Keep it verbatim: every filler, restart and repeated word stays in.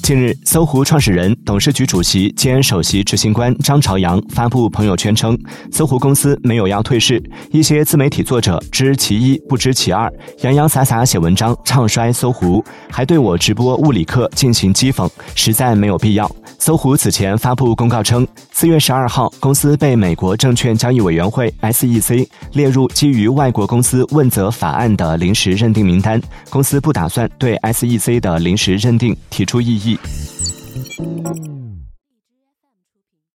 近日，搜狐创始人、董事局主席兼首席执行官张朝阳发布朋友圈称，搜狐公司没有要退市，一些自媒体作者知其一不知其二，洋洋洒洒写文章唱衰搜狐，还对我直播物理课进行讥讽，实在没有必要。搜狐此前发布公告称，四月十二号，公司被美国证券交易委员会 S E C 列入基于外国公司问责法案的临时认定名单，公司不打算对 S E C 的临时认定提出异议。